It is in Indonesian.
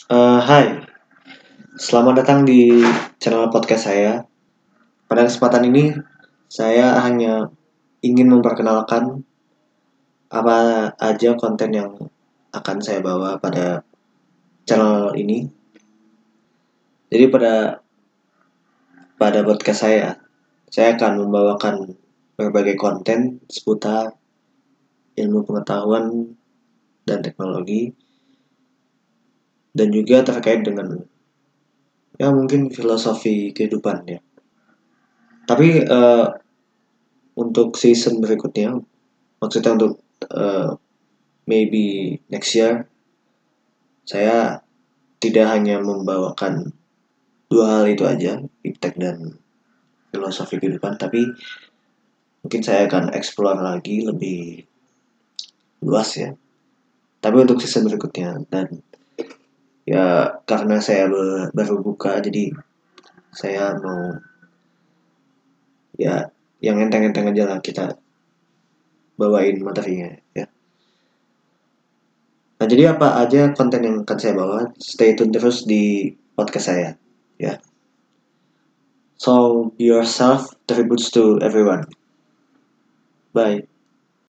Hai, selamat datang di channel podcast saya. Pada kesempatan ini, saya hanya ingin memperkenalkan apa aja konten yang akan saya bawa pada channel ini. Jadi pada podcast saya akan membawakan berbagai konten seputar ilmu pengetahuan dan teknologi, dan juga terkait dengan ya mungkin filosofi kehidupan ya. Tapi untuk season berikutnya, maksudnya untuk maybe next year, saya tidak hanya membawakan dua hal itu aja, iptek dan filosofi kehidupan, tapi mungkin saya akan explore lagi lebih luas ya. Tapi untuk season berikutnya, dan ya karena saya baru buka, jadi saya mau ya yang enteng-enteng aja lah kita bawain materinya ya. Nah, jadi apa aja konten yang akan saya bawa? Stay tune terus di podcast saya ya. So be yourself, tributes to everyone. Bye.